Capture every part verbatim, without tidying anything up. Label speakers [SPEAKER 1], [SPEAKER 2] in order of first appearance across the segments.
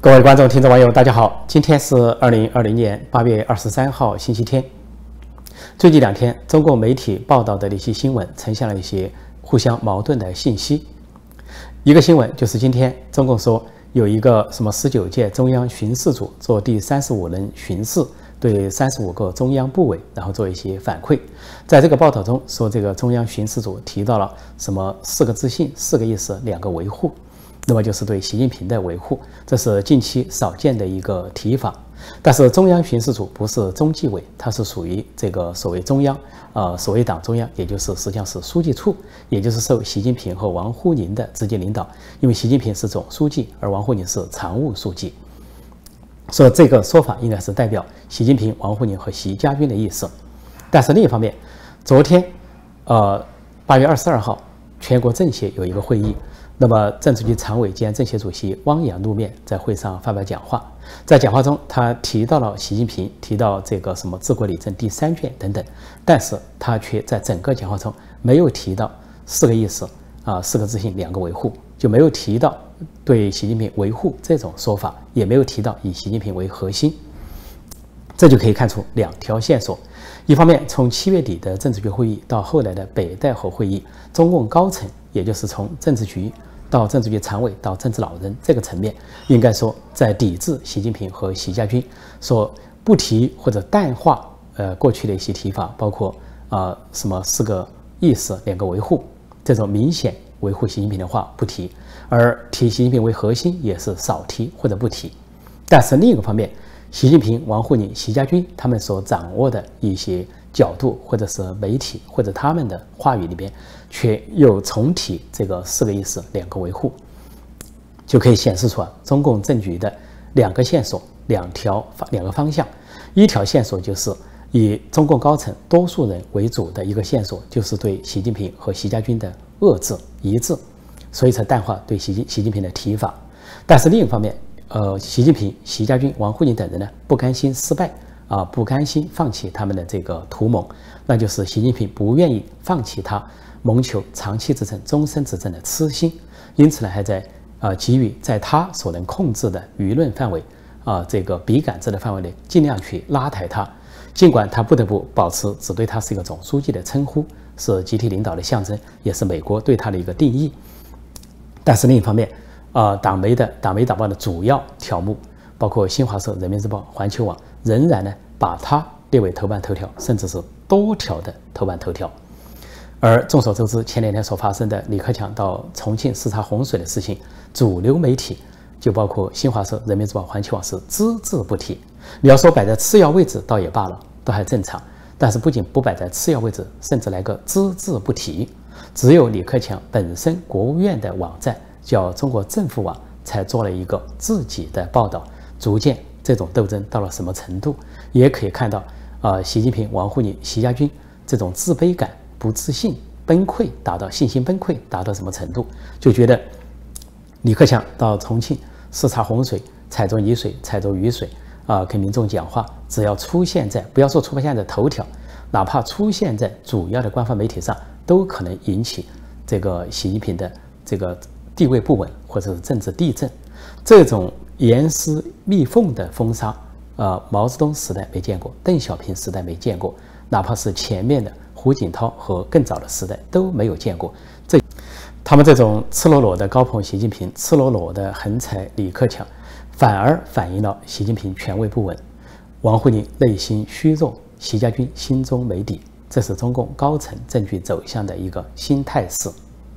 [SPEAKER 1] 各位观众、听众、网友，大家好！今天是二零二零年八月二十三号，星期天。最近两天，中共媒体报道的一些新闻呈现了一些互相矛盾的信息。一个新闻就是今天中共说有一个什么十九届中央巡视组做第三十五轮巡视，对三十五个中央部委，然后做一些反馈。在这个报道中说，这个中央巡视组提到了什么四个自信、四个意识、两个维护。那么就是对习近平的维护，这是近期少见的一个提法。但是中央巡视组不是中纪委，它是属于这个所谓中央，呃，所谓党中央，也就是实际上是书记处，也就是受习近平和王沪宁的直接领导。因为习近平是总书记，而王沪宁是常务书记，所以这个说法应该是代表习近平、王沪宁和习家军的意思。但是另一方面，昨天，呃，八月二十二号，全国政协有一个会议。那么，政治局常委兼政协主席汪洋露面，在会上发表讲话。在讲话中，他提到了习近平，提到这个什么治国理政第三卷等等，但是他却在整个讲话中没有提到四个意识啊、四个自信、两个维护，就没有提到对习近平维护这种说法，也没有提到以习近平为核心。这就可以看出两条线索。一方面，从七月底的政治局会议到后来的北戴河会议，中共高层，也就是从政治局到政治局常委到政治老人这个层面，应该说在抵制习近平和习家军，说不提或者淡化呃过去的一些提法，包括啊、呃、什么四个意识、两个维护这种明显维护习近平的话不提，而提习近平为核心也是少提或者不提。但是另一个方面，习近平、王沪宁、习家军他们所掌握的一些角度，或者是媒体或者他们的话语里边，却又重提这个四个意识、两个维护，就可以显示出啊，中共政局的两个线索、两条两个方向。一条线索就是以中共高层多数人为主的一个线索，就是对习近平和习家军的遏制、抑制，所以才淡化对习习近平的提法。但是另一方面，呃，习近平、习家军、王沪宁等人呢，不甘心失败啊、呃，不甘心放弃他们的这个图谋，那就是习近平不愿意放弃他谋求长期执政、终身执政的痴心，因此呢，还在啊、呃、给予在他所能控制的舆论范围啊、呃、这个笔杆子的范围内，尽量去拉抬他。尽管他不得不保持只对他是一个总书记的称呼，是集体领导的象征，也是美国对他的一个定义。但是另一方面，呃，党媒的党媒党报的主要条目，包括新华社、人民日报、环球网，仍然呢把它列为头版头条，甚至是多条的头版头条。而众所周知，前两天所发生的李克强到重庆视察洪水的事情，主流媒体就包括新华社、人民日报、环球网是只字不提。你要说摆在次要位置倒也罢了，都还正常。但是不仅不摆在次要位置，甚至来个只字不提。只有李克强本身国务院的网站叫中国政府网才做了一个自己的报道，逐渐这种斗争到了什么程度，也可以看到啊、呃，习近平、王沪宁、习家军这种自卑感、不自信、崩溃，达到信心崩溃达到什么程度，就觉得李克强到重庆视察洪水、采着泥水、采着雨水啊、呃，跟民众讲话，只要出现在不要说出现在头条，哪怕出现在主要的官方媒体上，都可能引起这个习近平的这个地位不稳，或者是政治地震。这种严丝密缝的封杀，呃，毛泽东时代没见过，邓小平时代没见过，哪怕是前面的胡锦涛和更早的时代都没有见过。这他们这种赤裸裸的高捧习近平，赤裸裸的横踩李克强，反而反映了习近平权位不稳，王沪宁内心虚弱，习家军心中没底。这是中共高层政局走向的一个新态势。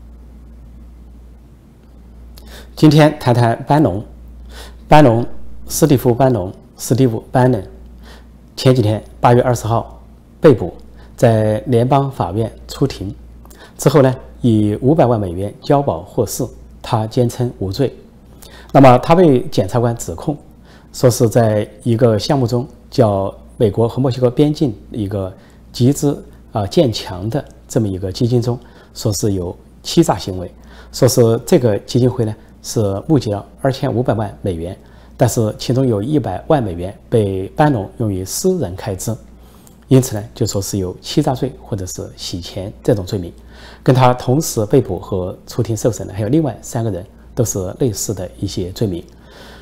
[SPEAKER 1] 今天谈谈班农，班农，史蒂夫·班农，史蒂夫·班农，前几天八月二十号被捕，在联邦法院出庭之后呢，以五百万美元交保获释，他坚称无罪。那么他被检察官指控，说是在一个项目中，叫美国和墨西哥边境一个集资啊、呃、建墙的这么一个基金中，说是有欺诈行为，说是这个基金会呢。是募集了二千五百万美元，但是其中有一百万美元被班农用于私人开支，因此呢，就说是有欺诈罪或者是洗钱这种罪名。跟他同时被捕和出庭受审的还有另外三个人，都是类似的一些罪名。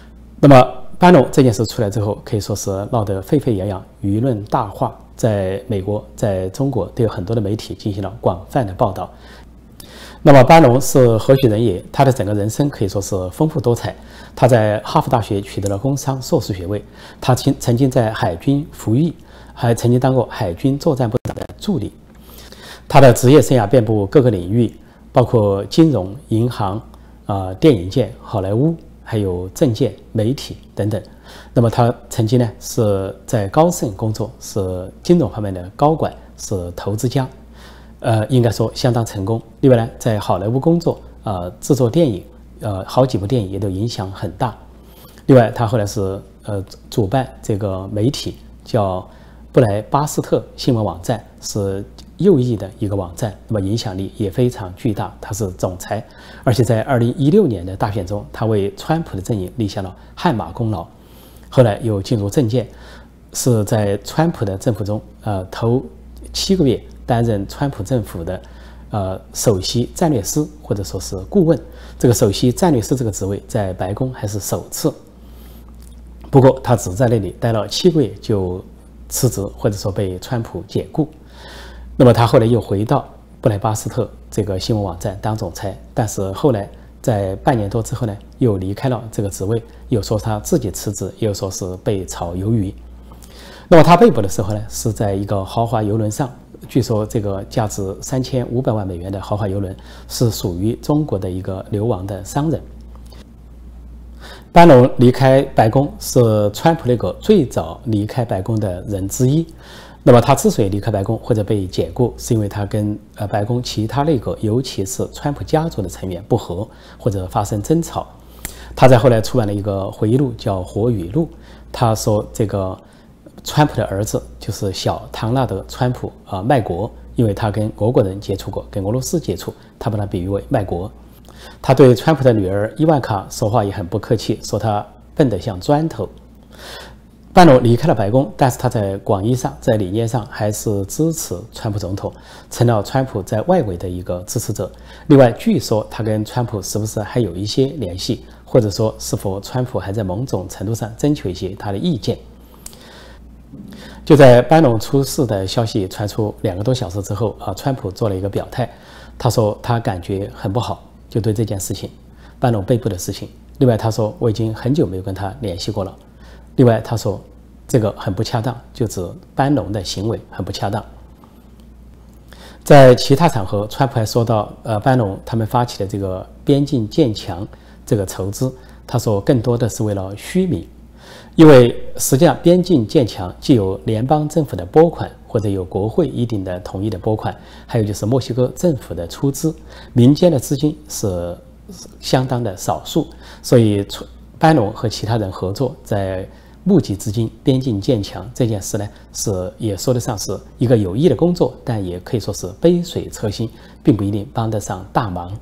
[SPEAKER 1] 那么班农这件事出来之后，可以说是闹得沸沸扬扬，舆论大化，在美国、在中国都有很多的媒体进行了广泛的报道。那么班农是何许人也？他的整个人生可以说是丰富多彩。他在哈佛大学取得了工商硕士学位，他曾曾经在海军服役，还曾经当过海军作战部长的助理。他的职业生涯遍布各个领域，包括金融、银行、啊、呃、电影界、好莱坞，还有政界、媒体等等。那么他曾经呢是在高盛工作，是金融方面的高管，是投资家。呃，应该说相当成功。另外呢，在好莱坞工作，呃，制作电影，呃，好几部电影也都影响很大。另外，他后来是呃主办这个媒体叫布莱巴斯特新闻网站，是右翼的一个网站，那么影响力也非常巨大。他是总裁，而且在二零一六年的大选中，他为川普的阵营立下了汗马功劳。后来又进入政界，是在川普的政府中，呃，头七个月。担任川普政府的呃首席战略师或者说是顾问，这个首席战略师这个职位在白宫还是首次。不过他只在那里待了七个月就辞职，或者说被川普解雇。那么他后来又回到布莱巴斯特这个新闻网站当总裁，但是后来在半年多之后呢，又离开了这个职位，又说他自己辞职，又说是被炒鱿鱼。那么他被捕的时候呢，是在一个豪华邮轮上。据说这个价值三千五百万美元的豪华邮轮是属于中国的一个流亡的商人。班农离开白宫是川普内阁最早离开白宫的人之一。那么他之所以离开白宫或者被解雇，是因为他跟呃白宫其他内阁，尤其是川普家族的成员不和或者发生争吵。他在后来出版了一个回忆录，叫《火与路》。他说这个。川普的儿子就是小唐纳德·川普啊，卖国，因为他跟俄国人接触过，跟俄罗斯接触，他把他比喻为卖国。他对川普的女儿伊万卡说话也很不客气，说他笨得像砖头。班农离开了白宫，但是他在广义上，在理念上还是支持川普总统，成了川普在外围的一个支持者。另外，据说他跟川普是不是还有一些联系，或者说是否川普还在某种程度上征求一些他的意见。就在班农出事的消息传出两个多小时之后啊，川普做了一个表态，他说他感觉很不好，就对这件事情，班农被捕的事情。另外他说我已经很久没有跟他联系过了。另外他说这个很不恰当，就指班农的行为很不恰当。在其他场合，川普还说到，呃，班农他们发起的这个边境建墙这个筹资，他说更多的是为了虚名。因为实际上边境建墙既有联邦政府的拨款，或者有国会一定的同意的拨款，还有就是墨西哥政府的出资，民间的资金是相当的少数，所以班农和其他人合作在募集资金边境建墙这件事呢，是也说得上是一个有益的工作，但也可以说是杯水车薪，并不一定帮得上大忙。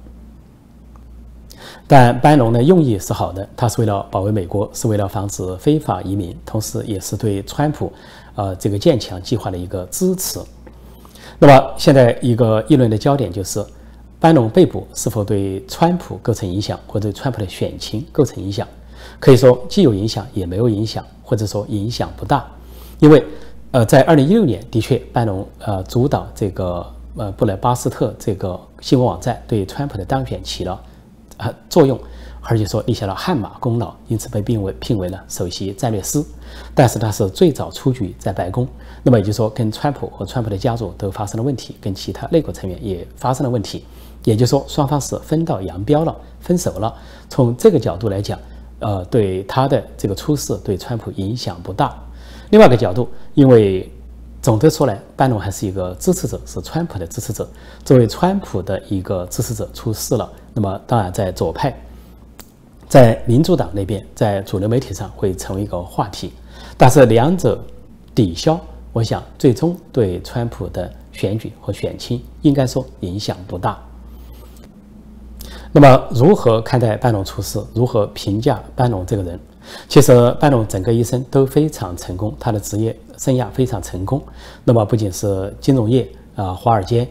[SPEAKER 1] 但班农的用意是好的，他是为了保卫美国，是为了防止非法移民，同时也是对川普，呃，这个建墙计划的一个支持。那么现在一个议论的焦点就是，班农被捕是否对川普构成影响，或者对川普的选情构成影响？可以说既有影响，也没有影响，或者说影响不大。因为，呃，在二零一六年，的确班农呃主导这个呃布莱巴斯特这个新闻网站对川普的当选起了。啊，作用，而且说立下了汗马功劳，因此被聘为聘为了首席战略师。但是他是最早出局在白宫，那么也就是说，跟川普和川普的家族都发生了问题，跟其他内阁成员也发生了问题。也就是说，双方是分道扬镳了，分手了。从这个角度来讲，呃，对他的这个出事对川普影响不大。另外一个角度，因为总的说来，班农还是一个支持者，是川普的支持者。作为川普的一个支持者出事了。那么当然，在左派，在民主党那边，在主流媒体上会成为一个话题，但是两者抵消，我想最终对川普的选举和选情应该说影响不大。那么如何看待班农出事？如何评价班农这个人？其实班农整个一生都非常成功，他的职业生涯非常成功。那么不仅是金融业啊、华尔街。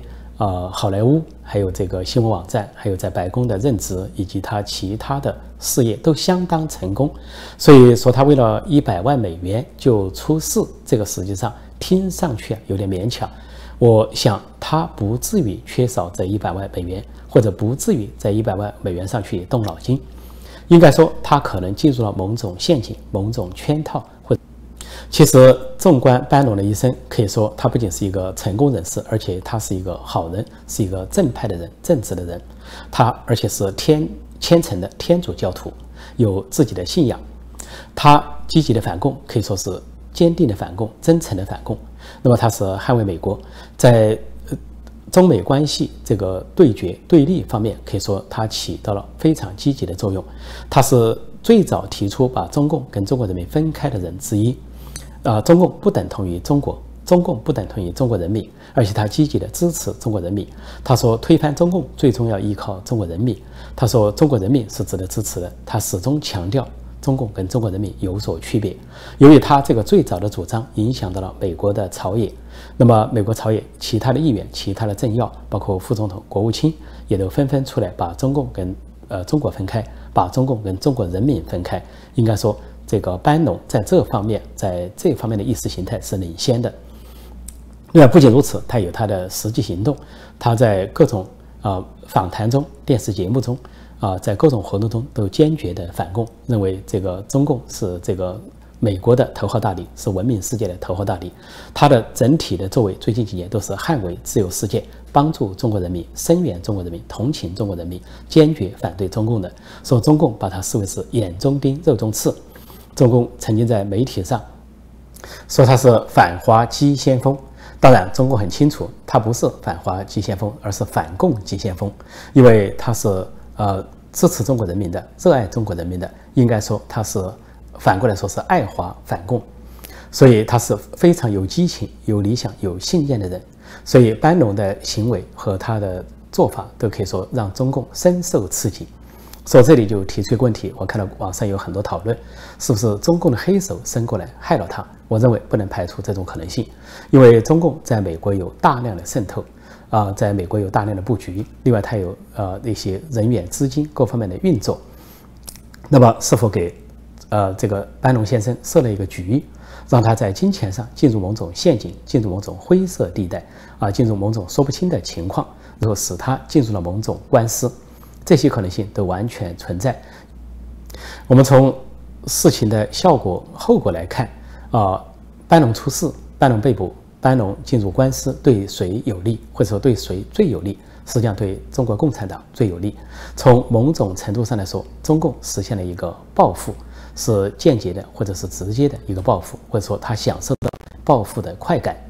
[SPEAKER 1] 呃好莱坞，还有这个新闻网站，还有在白宫的任职以及他其他的事业都相当成功，所以说他为了一百万美元就出事，这个实际上听上去啊有点勉强。我想他不至于缺少这一百万美元，或者不至于在一百万美元上去动脑筋。应该说，他可能进入了某种陷阱、某种圈套。或其实，纵观班农的一生，可以说他不仅是一个成功人士，而且他是一个好人，是一个正派的人、正直的人。他而且是天虔诚的天主教徒，有自己的信仰。他积极的反共，可以说是坚定的反共、真诚的反共。那么他是捍卫美国，在中美关系这个对决对立方面，可以说他起到了非常积极的作用。他是最早提出把中共跟中国人民分开的人之一。啊、呃，中共不等同于中国，中共不等同于中国人民，而且他积极的支持中国人民。他说，推翻中共最终要依靠中国人民。他说，中国人民是值得支持的。他始终强调中共跟中国人民有所区别。由于他这个最早的主张影响到了美国的朝野，那么美国朝野其他的议员、其他的政要，包括副总统、国务卿，也都纷纷出来把中共跟呃中国分开，把中共跟中国人民分开。应该说，这个班农在这方面，在这方面的意识形态是领先的。另外，不仅如此，他有他的实际行动，他在各种啊、呃、访谈中、电视节目中啊、呃，在各种活动中都坚决的反共，认为这个中共是这个美国的头号大敌，是文明世界的头号大敌。他的整体的作为，最近几年都是捍卫自由世界，帮助中国人民，声援中国人民，同情中国人民，坚决反对中共的。说中共把他视为是眼中钉、肉中刺。中共曾经在媒体上说他是反华急先锋。当然，中共很清楚，他不是反华急先锋，而是反共急先锋，因为他是呃支持中国人民的，热爱中国人民的。应该说，他是反过来说是爱华反共，所以他是非常有激情、有理想、有信念的人。所以班农的行为和他的做法都可以说让中共深受刺激。说这里就提出一个问题，我看到网上有很多讨论，是不是中共的黑手伸过来害了他？我认为不能排除这种可能性，因为中共在美国有大量的渗透，啊、呃，在美国有大量的布局，另外它有呃一些人员、资金各方面的运作。那么是否给呃这个班农先生设了一个局，让他在金钱上进入某种陷阱，进入某种灰色地带啊，进入某种说不清的情况，然后使他进入了某种官司？这些可能性都完全存在。我们从事情的效果后果来看，啊、呃，班农出事，班农被捕，班农进入官司，对谁有利，或者说对谁最有利？实际上对中国共产党最有利。从某种程度上来说，中共实现了一个报复，是间接的或者是直接的一个报复，或者说他享受到报复的快感。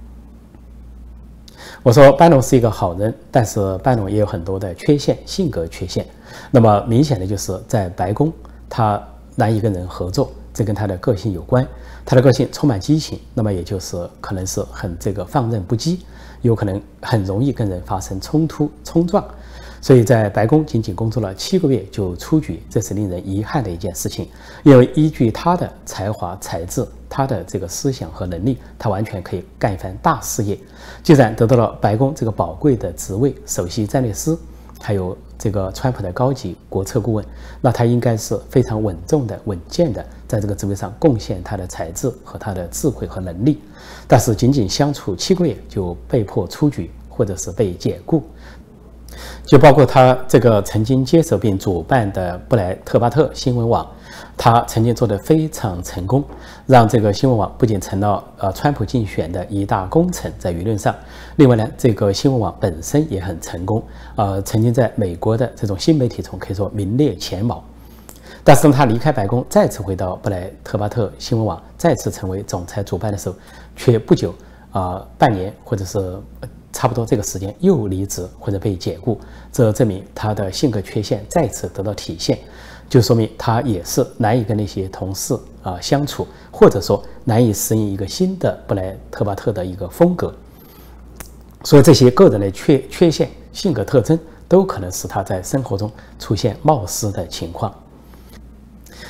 [SPEAKER 1] 我说班农是一个好人，但是班农也有很多的缺陷，性格缺陷。那么明显的就是在白宫，他难以跟人合作，这跟他的个性有关。他的个性充满激情，那么也就是可能是很这个放任不羁，有可能很容易跟人发生冲突冲撞。所以在白宫仅仅工作了七个月就出局，这是令人遗憾的一件事情。因为依据他的才华才智，他的这个思想和能力，他完全可以干一番大事业。既然得到了白宫这个宝贵的职位，首席战略师，还有这个川普的高级国策顾问，那他应该是非常稳重的、稳健的，在这个职位上贡献他的才智和他的智慧和能力。但是仅仅相处七个月就被迫出局，或者是被解雇。就包括他这个曾经接手并主办的布莱特巴特新闻网，他曾经做得非常成功，让这个新闻网不仅成了呃川普竞选的一大功臣在舆论上，另外呢，这个新闻网本身也很成功，呃，曾经在美国的这种新媒体中可以说名列前茅。但是当他离开白宫，再次回到布莱特巴特新闻网，再次成为总裁主办的时候，却不久啊、呃、半年或者是差不多这个时间又离职或者被解雇，这证明他的性格缺陷再次得到体现，就说明他也是难以跟那些同事啊、呃、相处，或者说难以适应一个新的布莱特巴特的一个风格。所以这些个人的缺缺陷、性格特征都可能使他在生活中出现冒失的情况。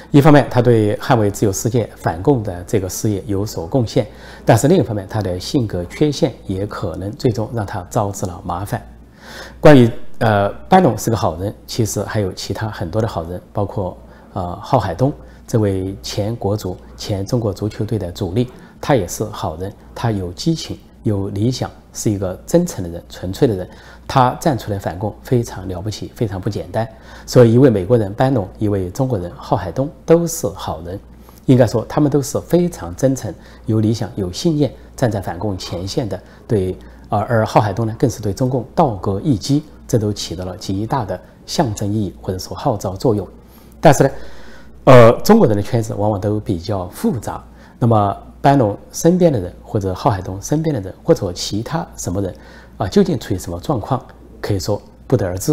[SPEAKER 1] 一方面，他对捍卫自由世界、反共的这个事业有所贡献，但是另一方面，他的性格缺陷也可能最终让他招致了麻烦。关于呃班农是个好人，其实还有其他很多的好人，包括呃郝海东这位前国足、前中国足球队的主力，他也是好人，他有激情、有理想，是一个真诚的人、纯粹的人。他站出来反共非常了不起，非常不简单。所以，一位美国人班农，一位中国人郝海东都是好人。应该说，他们都是非常真诚、有理想、有信念，站在反共前线的。对，而而郝海东呢，更是对中共道格一击，这都起到了极大的象征意义或者说号召作用。但是呢，呃，中国人的圈子往往都比较复杂。那么，班农身边的人，或者郝海东身边的人，或者其他什么人，啊，究竟处于什么状况，可以说不得而知。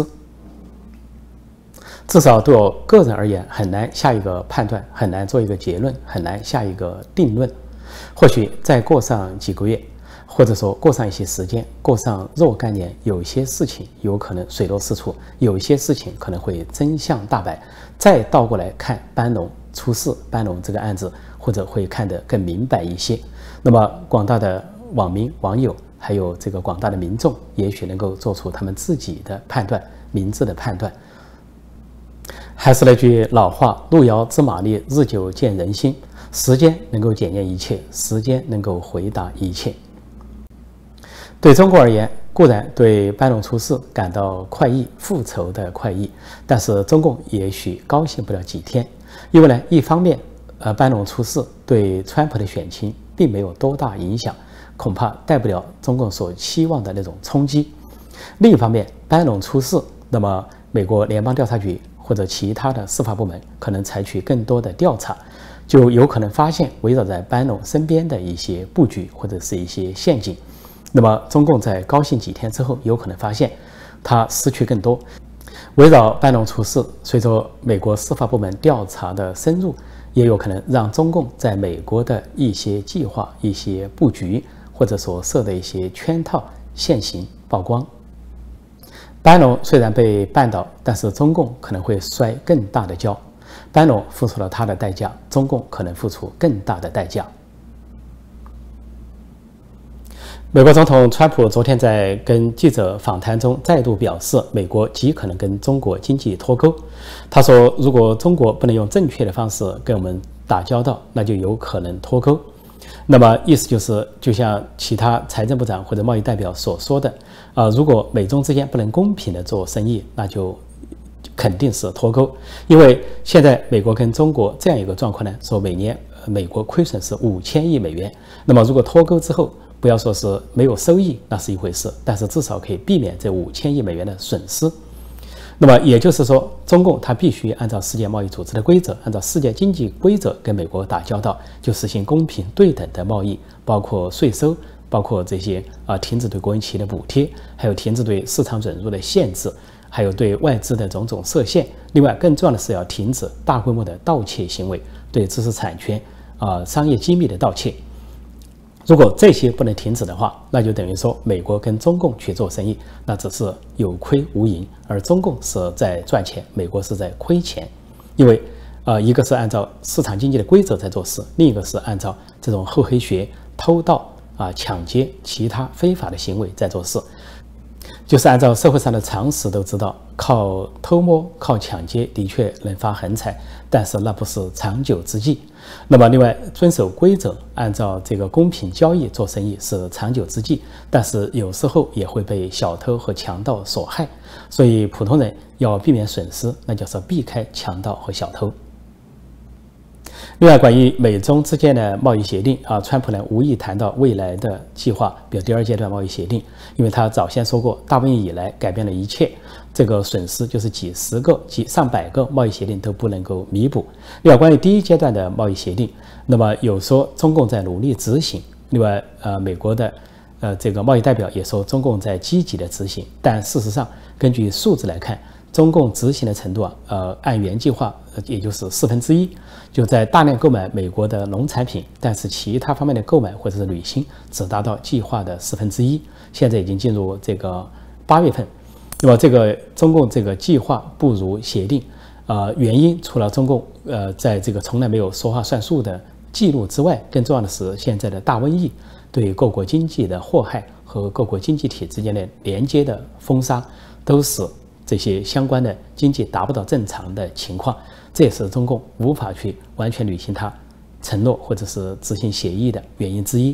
[SPEAKER 1] 至少对我个人而言，很难下一个判断，很难做一个结论，很难下一个定论。或许再过上几个月，或者说过上一些时间，过上若干年，有些事情有可能水落石出，有一些事情可能会真相大白。再倒过来看班农出事，班农这个案子，或者会看得更明白一些。那么广大的网民、网友，还有这个广大的民众，也许能够做出他们自己的判断，明智的判断。还是那句老话，路遥知马力，日久见人心。时间能够检验一切，时间能够回答一切。对中国而言，固然对班农出事感到快意，复仇的快意，但是中共也许高兴不了几天，因为呢，一方面，呃，班农出事对川普的选情并没有多大影响，恐怕带不了中共所期望的那种冲击。另一方面，班农出事，那么美国联邦调查局或者其他的司法部门可能采取更多的调查，就有可能发现围绕在班农身边的一些布局或者是一些陷阱。那么中共在高兴几天之后，有可能发现他失去更多。围绕班农出事，随着美国司法部门调查的深入，也有可能让中共在美国的一些计划、一些布局，或者所设的一些圈套现形曝光。班农虽然被绊倒，但是中共可能会摔更大的跤。班农付出了他的代价，中共可能付出更大的代价。美国总统川普昨天在跟记者访谈中再度表示，美国极可能跟中国经济脱钩。他说，如果中国不能用正确的方式跟我们打交道，那就有可能脱钩。那么意思就是，就像其他财政部长或者贸易代表所说的，啊、呃，如果美中之间不能公平的做生意，那就肯定是脱钩。因为现在美国跟中国这样一个状况呢，说每年美国亏损是五千亿美元。那么如果脱钩之后，不要说是没有收益，那是一回事，但是至少可以避免这五千亿美元的损失。那么也就是说，中共它必须按照世界贸易组织的规则，按照世界经济规则跟美国打交道，就实行公平对等的贸易，包括税收，包括这些啊、呃、停止对国营企业的补贴，还有停止对市场准入的限制，还有对外资的种种设限。另外，更重要的是要停止大规模的盗窃行为，对知识产权啊、呃、商业机密的盗窃。如果这些不能停止的话，那就等于说美国跟中共去做生意，那只是有亏无赢，而中共是在赚钱，美国是在亏钱。因为呃，一个是按照市场经济的规则在做事，另一个是按照这种厚黑学、偷盗啊、抢劫其他非法的行为在做事。就是按照社会上的常识都知道，靠偷摸、靠抢劫的确能发横财，但是那不是长久之计。那么，另外遵守规则，按照这个公平交易做生意是长久之计，但是有时候也会被小偷和强盗所害。所以，普通人要避免损失，那就是避开强盗和小偷。另外，关于美中之间的贸易协定啊，川普呢无意谈到未来的计划，比如第二阶段贸易协定，因为他早先说过，大瘟疫以来改变了一切，这个损失就是几十个、几上百个贸易协定都不能够弥补。另外，关于第一阶段的贸易协定，那么有说中共在努力执行，另外呃，美国的呃这个贸易代表也说中共在积极的执行，但事实上根据数字来看，中共执行的程度啊，呃，按原计划，也就是四分之一，就在大量购买美国的农产品，但是其他方面的购买或者是旅行只达到计划的四分之一。现在已经进入这个八月份，那么这个中共这个计划不如协定， 呃，原因除了中共呃在这个从来没有说话算数的记录之外，更重要的是现在的大瘟疫对各国经济的祸害和各国经济体之间的连接的封杀，都使这些相关的经济达不到正常的情况，这也是中共无法去完全履行它承诺或者是执行协议的原因之一。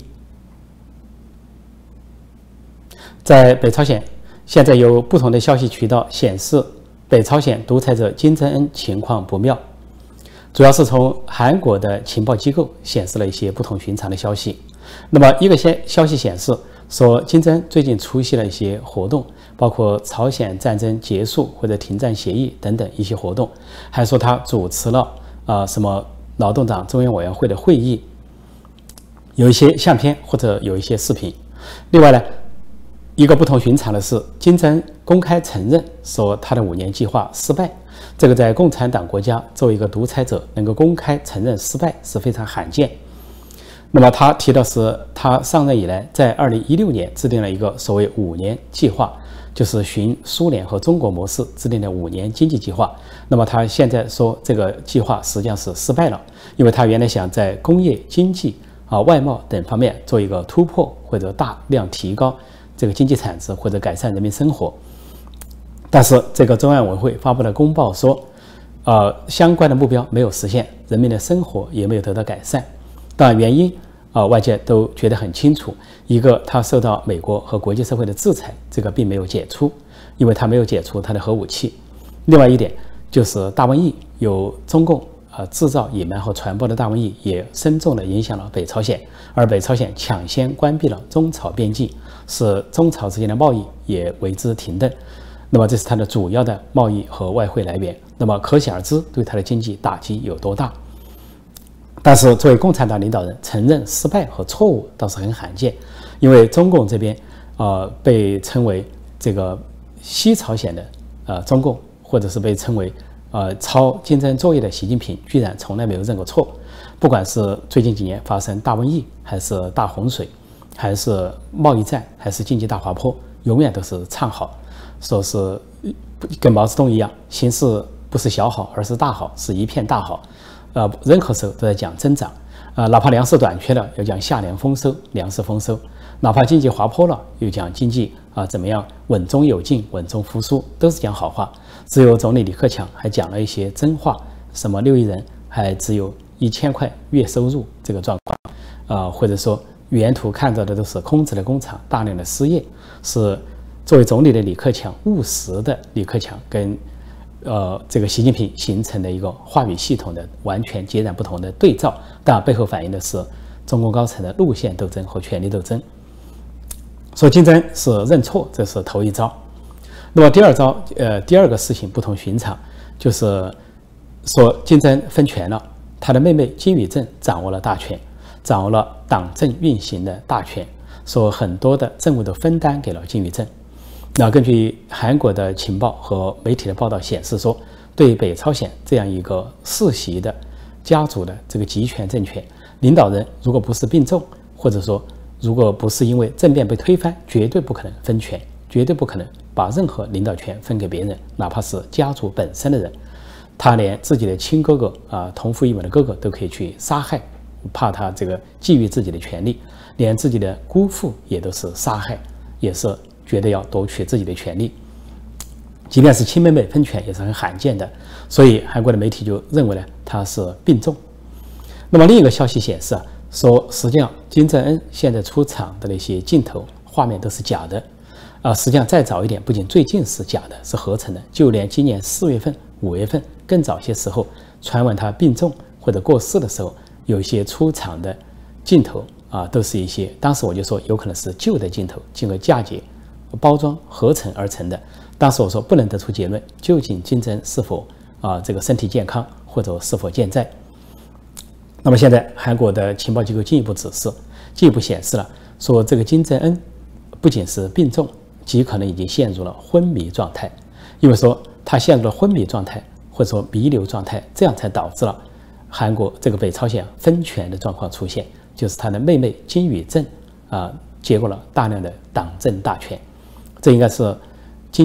[SPEAKER 1] 在北朝鲜，现在有不同的消息渠道显示，北朝鲜独裁者金正恩情况不妙，主要是从韩国的情报机构显示了一些不同寻常的消息。那么，一个消消息显示说，金正恩最近出席了一些活动，包括朝鲜战争结束或者停战协议等等一些活动，还说他主持了啊、呃、什么劳动党中央委员会的会议，有一些相片或者有一些视频。另外呢，一个不同寻常的是，金正恩公开承认说他的五年计划失败。这个在共产党国家作为一个独裁者能够公开承认失败是非常罕见。那么他提到是他上任以来，在二零一六年制定了一个所谓五年计划，就是循苏联和中国模式制定的五年经济计划。那么他现在说这个计划实际上是失败了，因为他原来想在工业、经济啊、外贸等方面做一个突破，或者大量提高这个经济产值，或者改善人民生活。但是这个中央委员会发布的公报说，呃，相关的目标没有实现，人民的生活也没有得到改善。当然原因啊、呃，外界都觉得很清楚。一个，他受到美国和国际社会的制裁，这个并没有解除，因为他没有解除他的核武器。另外一点就是大瘟疫，有中共呃制造、隐瞒和传播的大瘟疫，也深重地影响了北朝鲜，而北朝鲜抢先关闭了中朝边境，使中朝之间的贸易也为之停顿。那么这是它的主要的贸易和外汇来源，那么可想而知对它的经济打击有多大。但是作为共产党领导人承认失败和错误倒是很罕见，因为中共这边呃被称为这个西朝鲜的呃中共，或者是被称为呃抄金正恩作业的习近平，居然从来没有认过错。不管是最近几年发生大瘟疫，还是大洪水，还是贸易战，还是经济大滑坡，永远都是唱好，说是跟毛泽东一样，形势不是小好，而是大好，是一片大好。呃，任何时候都在讲增长，呃，哪怕粮食短缺了，要讲夏粮丰收，粮食丰收；哪怕经济滑坡了，又讲经济啊、呃、怎么样稳中有进，稳中复苏，都是讲好话。只有总理李克强还讲了一些真话，什么六亿人还只有一千块月收入这个状况，呃，或者说沿途看到的都是空置的工厂，大量的失业，是作为总理的李克强，务实的李克强跟。呃，这个习近平形成的一个话语系统的完全截然不同的对照，但背后反映的是中共高层的路线斗争和权力斗争。说金正恩是认错，这是头一招。那么第二招，呃，第二个事情不同寻常，就是说金正恩分权了，他的妹妹金宇镇掌握了大权，掌握了党政运行的大权，说很多的政务都分担给了金宇镇。那根据韩国的情报和媒体的报道显示说，对北朝鲜这样一个世袭的家族的这个集权政权领导人，如果不是病重，或者说如果不是因为政变被推翻，绝对不可能分权，绝对不可能把任何领导权分给别人，哪怕是家族本身的人。他连自己的亲哥哥啊、呃，同父异母的哥哥都可以去杀害，怕他这个觊觎自己的权利，连自己的姑父也都是杀害，也是。觉得要夺取自己的权利，即便是亲妹妹分权也是很罕见的，所以韩国的媒体就认为呢他是病重。那么另一个消息显示啊，说实际上金正恩现在出场的那些镜头画面都是假的啊，实际上再早一点，不仅最近是假的，是合成的，就连今年四月份、五月份更早些时候传闻他病重或者过世的时候，有一些出场的镜头啊，都是一些当时我就说有可能是旧的镜头，经过嫁接。包装合成而成的，当时我说不能得出结论，究竟金正恩是否啊、呃、这个身体健康或者是否健在。那么现在韩国的情报机构进一步指示，进一步显示了说这个金正恩不仅是病重，极可能已经陷入了昏迷状态，因为说他陷入了昏迷状态或者说弥留状态，这样才导致了韩国这个北朝鲜分权的状况出现，就是他的妹妹金宇镇啊、呃、接过了大量的党政大权。这应该是金家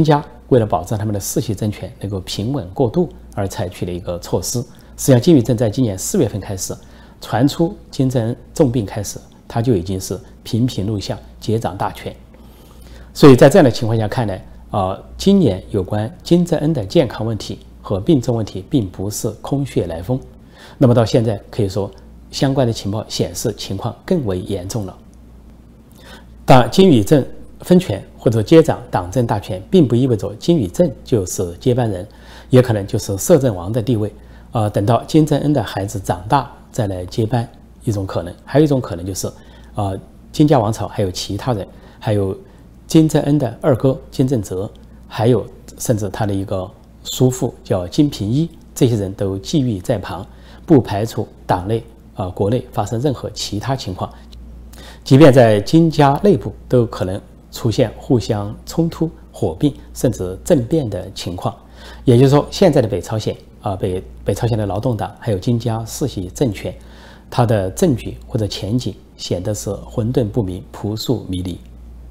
[SPEAKER 1] 为了保障他们的世袭政权能够平稳过渡而采取的一个措施。实际上，金宇镇在今年四月份开始传出金正恩重病开始，他就已经是频频录像，接掌大权。所以在这样的情况下看来，呃，今年有关金正恩的健康问题和病症问题并不是空穴来风。那么到现在可以说，相关的情报显示情况更为严重了。当然，金宇镇分权或者接掌党政大权，并不意味着金宇镇就是接班人，也可能就是摄政王的地位。呃，等到金正恩的孩子长大再来接班，一种可能；还有一种可能就是，呃，金家王朝还有其他人，还有金正恩的二哥金正哲，还有甚至他的一个叔父叫金平一，这些人都觊觎在旁，不排除党内啊、呃、国内发生任何其他情况，即便在金家内部都可能出现互相冲突、火并甚至政变的情况。也就是说，现在的北朝鲜啊，北北朝鲜的劳动党还有金家世袭政权，它的政局或者前景显得是混沌不明、扑朔迷离。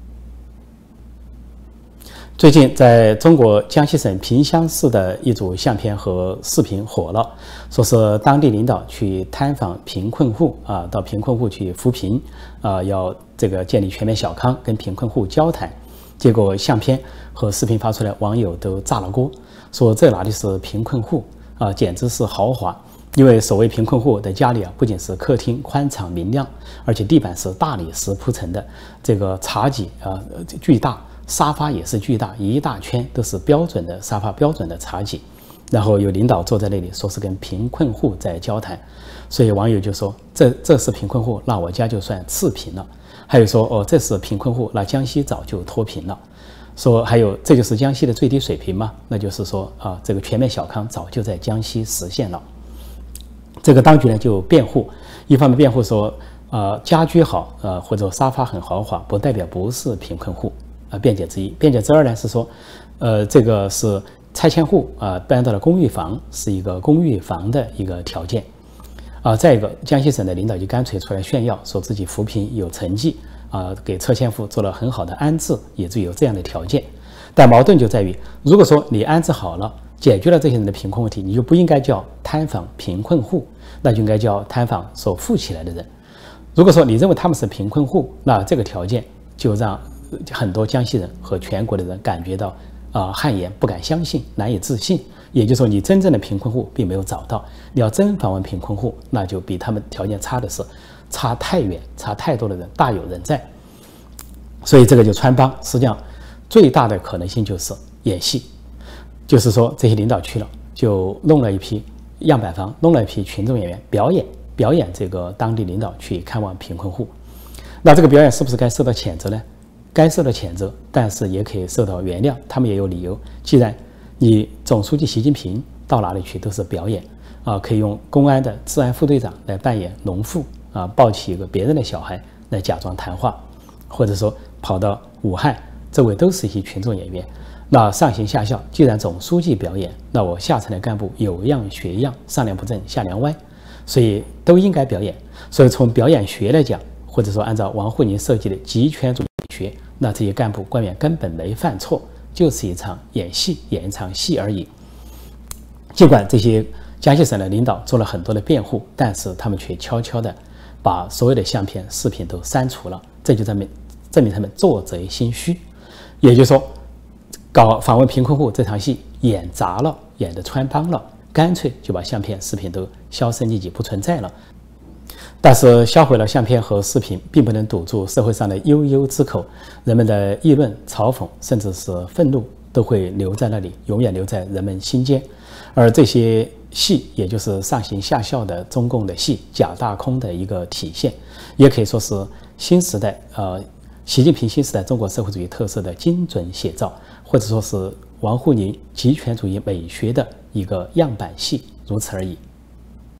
[SPEAKER 1] 最近，在中国江西省萍乡市的一组相片和视频火了，说是当地领导去探访贫困户啊，到贫困户去扶贫啊，要这个建立全面小康，跟贫困户交谈。结果相片和视频发出来，网友都炸了锅，说这哪里是贫困户啊，简直是豪华。因为所谓贫困户的家里啊，不仅是客厅宽敞明亮，而且地板是大理石铺成的，这个茶几啊巨大，沙发也是巨大，一大圈都是标准的沙发、标准的茶几。然后有领导坐在那里，说是跟贫困户在交谈，所以网友就说这这是贫困户，那我家就算次贫了。还有说哦，这是贫困户，那江西早就脱贫了。说还有这就是江西的最低水平吗？那就是说啊，这个全面小康早就在江西实现了。这个当局呢就辩护，一方面辩护说，呃，家居好，呃或者沙发很豪华，不代表不是贫困户啊、呃。辩解之一，辩解之二呢是说，呃，这个是拆迁户啊、呃、搬到了公寓房，是一个公寓房的一个条件。啊，再一个，江西省的领导就干脆出来炫耀，说自己扶贫有成绩啊，给拆迁户做了很好的安置，也就有这样的条件。但矛盾就在于，如果说你安置好了，解决了这些人的贫困问题，你就不应该叫探访贫困户，那就应该叫探访所富起来的人。如果说你认为他们是贫困户，那这个条件就让很多江西人和全国的人感觉到啊、呃、汗颜，不敢相信，难以置信。也就是说，你真正的贫困户并没有找到，你要真访问贫困户，那就比他们条件差的是差太远、差太多的人大有人在。所以这个就穿帮，实际上最大的可能性就是演戏，就是说这些领导去了，就弄了一批样板房，弄了一批群众演员表演表演这个当地领导去看望贫困户。那这个表演是不是该受到谴责呢？该受到谴责，但是也可以受到原谅，他们也有理由。既然你总书记习近平到哪里去都是表演啊，可以用公安的治安副队长来扮演农妇啊，抱起一个别人的小孩来假装谈话，或者说跑到武汉，周围都是一些群众演员。那上行下效，既然总书记表演，那我下层的干部有样学样，上梁不正下梁歪，所以都应该表演。所以从表演学来讲，或者说按照王沪宁设计的极权主义学，那这些干部官员根本没犯错。就是一场演戏，演一场戏而已。尽管这些江西省的领导做了很多的辩护，但是他们却悄悄地把所有的相片、视频都删除了，这就证明证明他们做贼心虚。也就是说，搞访问贫困户这场戏演砸了，演得穿帮了，干脆就把相片、视频都销声匿迹，不存在了。但是销毁了相片和视频，并不能堵住社会上的悠悠之口，人们的议论、嘲讽，甚至是愤怒，都会留在那里，永远留在人们心间。而这些戏，也就是上行下效的中共的戏，假大空的一个体现，也可以说是新时代呃习近平新时代中国社会主义特色的精准写照，或者说是王沪宁极权主义美学的一个样板戏，如此而已。